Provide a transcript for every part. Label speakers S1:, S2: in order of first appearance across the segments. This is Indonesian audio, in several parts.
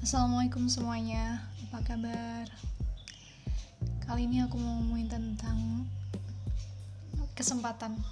S1: Assalamualaikum semuanya, apa kabar? Kali ini aku mau ngomongin tentang kesempatan.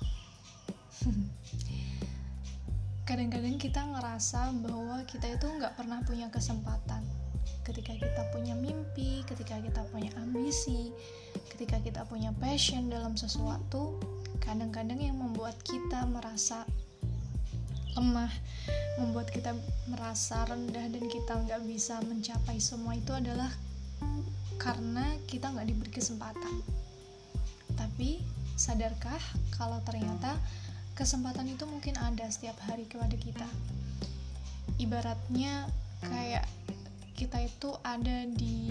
S1: Kadang-kadang kita ngerasa bahwa kita itu nggak pernah punya kesempatan. Ketika kita punya mimpi, ketika kita punya ambisi, ketika kita punya passion dalam sesuatu, kadang-kadang yang membuat kita merasa lemah, membuat kita merasa rendah dan kita nggak bisa mencapai semua itu adalah karena kita nggak diberi kesempatan. Tapi sadarkah kalau ternyata kesempatan itu mungkin ada setiap hari kepada kita? Ibaratnya kayak kita itu ada di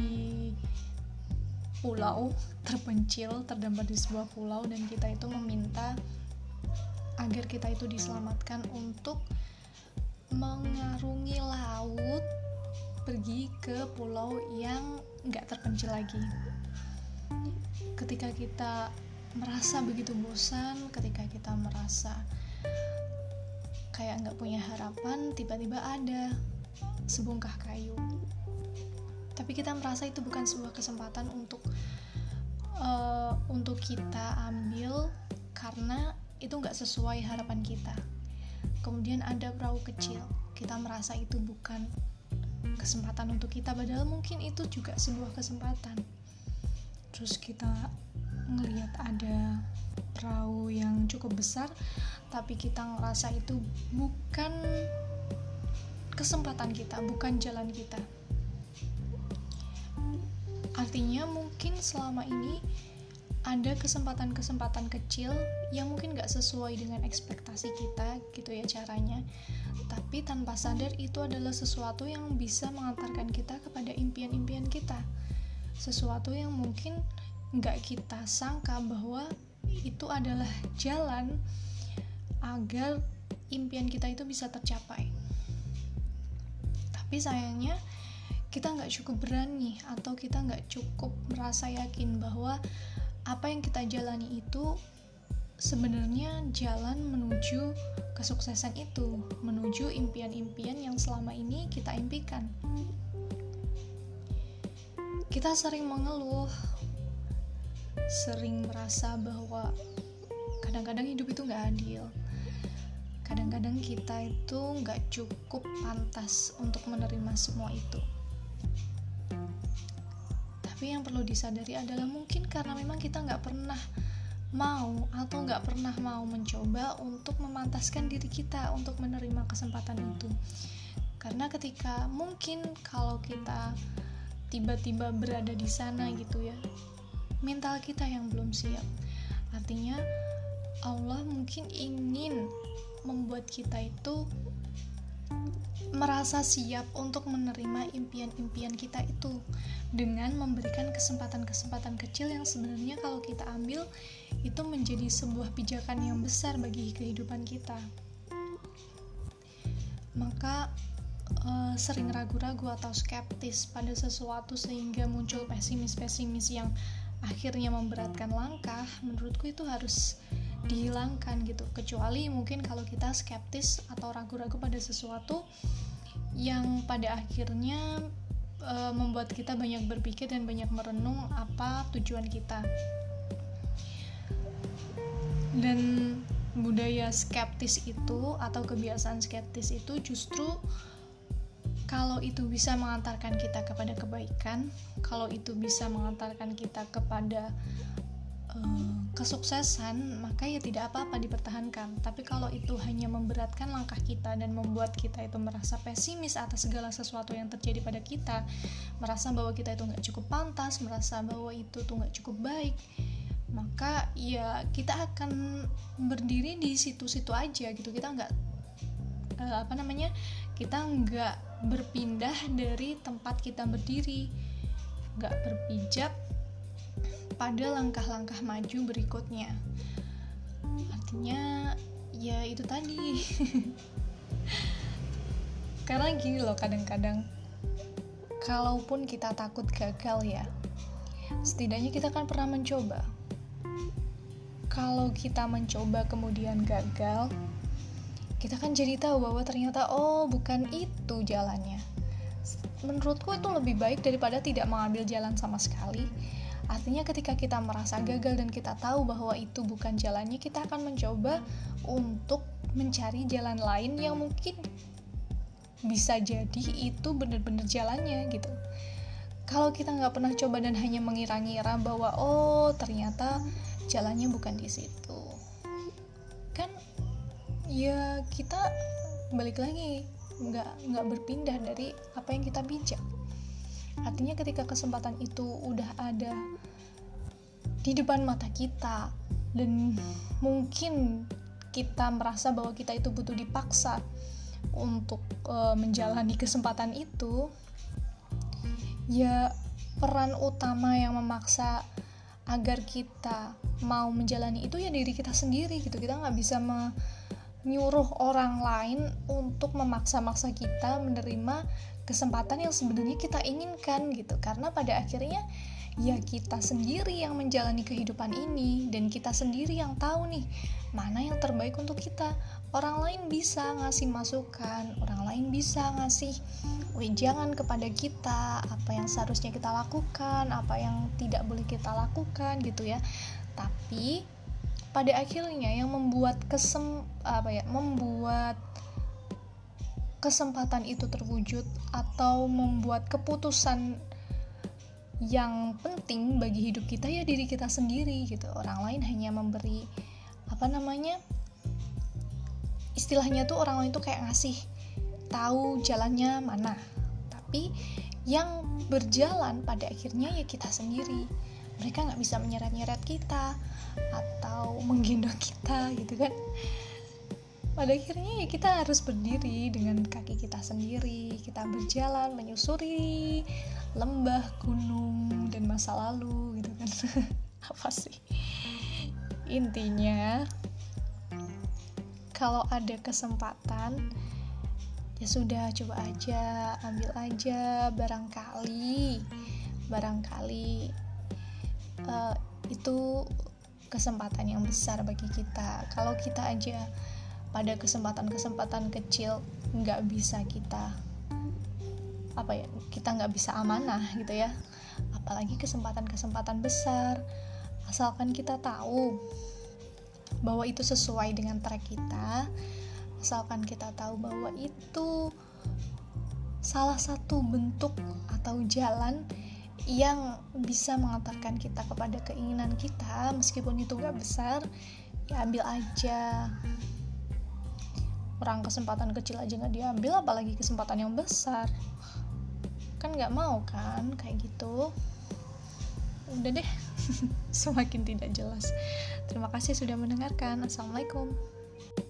S1: pulau terpencil, terdampar di sebuah pulau, dan kita itu meminta agar kita itu diselamatkan untuk mengarungi laut pergi ke pulau yang gak terpencil lagi. Ketika kita merasa begitu bosan, ketika kita merasa kayak gak punya harapan, tiba-tiba ada sebongkah kayu. Tapi kita merasa itu bukan sebuah kesempatan untuk kita ambil karena itu nggak sesuai harapan kita. Kemudian ada perahu kecil, kita merasa itu bukan kesempatan untuk kita, padahal mungkin itu juga sebuah kesempatan. Terus kita ngelihat ada perahu yang cukup besar, tapi kita ngerasa itu bukan kesempatan kita, bukan jalan kita. Artinya mungkin selama ini ada kesempatan-kesempatan kecil yang mungkin gak sesuai dengan ekspektasi kita gitu ya caranya, tapi tanpa sadar itu adalah sesuatu yang bisa mengantarkan kita kepada impian-impian kita, sesuatu yang mungkin gak kita sangka bahwa itu adalah jalan agar impian kita itu bisa tercapai. Tapi sayangnya kita gak cukup berani atau kita gak cukup merasa yakin bahwa apa yang kita jalani itu sebenarnya jalan menuju kesuksesan itu, menuju impian-impian yang selama ini kita impikan. Kita sering mengeluh, sering merasa bahwa kadang-kadang hidup itu gak adil. Kadang-kadang kita itu gak cukup pantas untuk menerima semua itu. Tapi yang perlu disadari adalah mungkin karena memang kita nggak pernah mau atau nggak pernah mau mencoba untuk memantaskan diri kita untuk menerima kesempatan itu. Karena ketika mungkin kalau kita tiba-tiba berada di sana gitu ya, mental kita yang belum siap. Artinya Allah mungkin ingin membuat kita itu merasa siap untuk menerima impian-impian kita itu dengan memberikan kesempatan-kesempatan kecil yang sebenarnya kalau kita ambil itu menjadi sebuah pijakan yang besar bagi kehidupan kita. Maka sering ragu-ragu atau skeptis pada sesuatu sehingga muncul pesimis-pesimis yang akhirnya memberatkan langkah, menurutku itu harus dihilangkan gitu. Kecuali mungkin kalau kita skeptis atau ragu-ragu pada sesuatu yang pada akhirnya membuat kita banyak berpikir dan banyak merenung apa tujuan kita. Dan budaya skeptis itu atau kebiasaan skeptis itu justru kalau itu bisa mengantarkan kita kepada kebaikan, kalau itu bisa mengantarkan kita kepada kesuksesan, maka ya tidak apa-apa dipertahankan. Tapi kalau itu hanya memberatkan langkah kita dan membuat kita itu merasa pesimis atas segala sesuatu yang terjadi pada kita, merasa bahwa kita itu gak cukup pantas, merasa bahwa itu tuh gak cukup baik, maka ya kita akan berdiri di situ-situ aja gitu. Kita gak kita gak berpindah dari tempat kita berdiri, gak berpijak pada langkah-langkah maju berikutnya. Artinya ya itu tadi. Karena gini loh, kadang-kadang kalaupun kita takut gagal ya, setidaknya kita kan pernah mencoba. Kalau kita mencoba kemudian gagal, kita kan jadi tahu bahwa ternyata bukan itu jalannya. menurutku itu lebih baik daripada tidak mengambil jalan sama sekali. Artinya ketika kita merasa gagal dan kita tahu bahwa itu bukan jalannya, kita akan mencoba untuk mencari jalan lain yang mungkin bisa jadi itu benar-benar jalannya gitu. Kalau kita nggak pernah coba dan hanya mengira-ngira bahwa oh ternyata jalannya bukan di situ, kan ya kita balik lagi nggak berpindah dari apa yang kita bijak. Artinya ketika kesempatan itu udah ada di depan mata kita dan mungkin kita merasa bahwa kita itu butuh dipaksa untuk menjalani kesempatan itu, ya peran utama yang memaksa agar kita mau menjalani itu ya diri kita sendiri gitu. Kita nggak bisa menyuruh orang lain untuk memaksa-maksa kita menerima kesempatan yang sebenarnya kita inginkan gitu, karena pada akhirnya ya kita sendiri yang menjalani kehidupan ini dan kita sendiri yang tahu nih mana yang terbaik untuk kita. Orang lain bisa ngasih masukan, orang lain bisa ngasih wejangan kepada kita apa yang seharusnya kita lakukan, apa yang tidak boleh kita lakukan gitu ya. Tapi pada akhirnya yang membuat kesempatan itu terwujud atau membuat keputusan yang penting bagi hidup kita ya diri kita sendiri gitu. Orang lain hanya memberi istilahnya tuh orang lain tuh kayak ngasih tahu jalannya mana, tapi yang berjalan pada akhirnya ya kita sendiri. Mereka nggak bisa menyeret-nyeret kita atau menggendong kita gitu kan. Pada akhirnya ya kita harus berdiri dengan kaki kita sendiri. Kita berjalan menyusuri lembah, gunung, dan masa lalu gitu kan. Apa sih? Intinya kalau ada kesempatan ya sudah, coba aja, ambil aja. Barangkali itu kesempatan yang besar bagi kita. Kalau kita aja pada kesempatan-kesempatan kecil nggak bisa kita nggak bisa amanah gitu ya, apalagi kesempatan-kesempatan besar. Asalkan kita tahu bahwa itu sesuai dengan track kita, asalkan kita tahu bahwa itu salah satu bentuk atau jalan yang bisa mengantarkan kita kepada keinginan kita, meskipun itu gak besar, ya ambil aja. Orang kesempatan kecil aja gak diambil, apalagi kesempatan yang besar. Kan gak mau kan kayak gitu. Udah deh. Semakin tidak jelas. Terima kasih sudah mendengarkan. Assalamualaikum.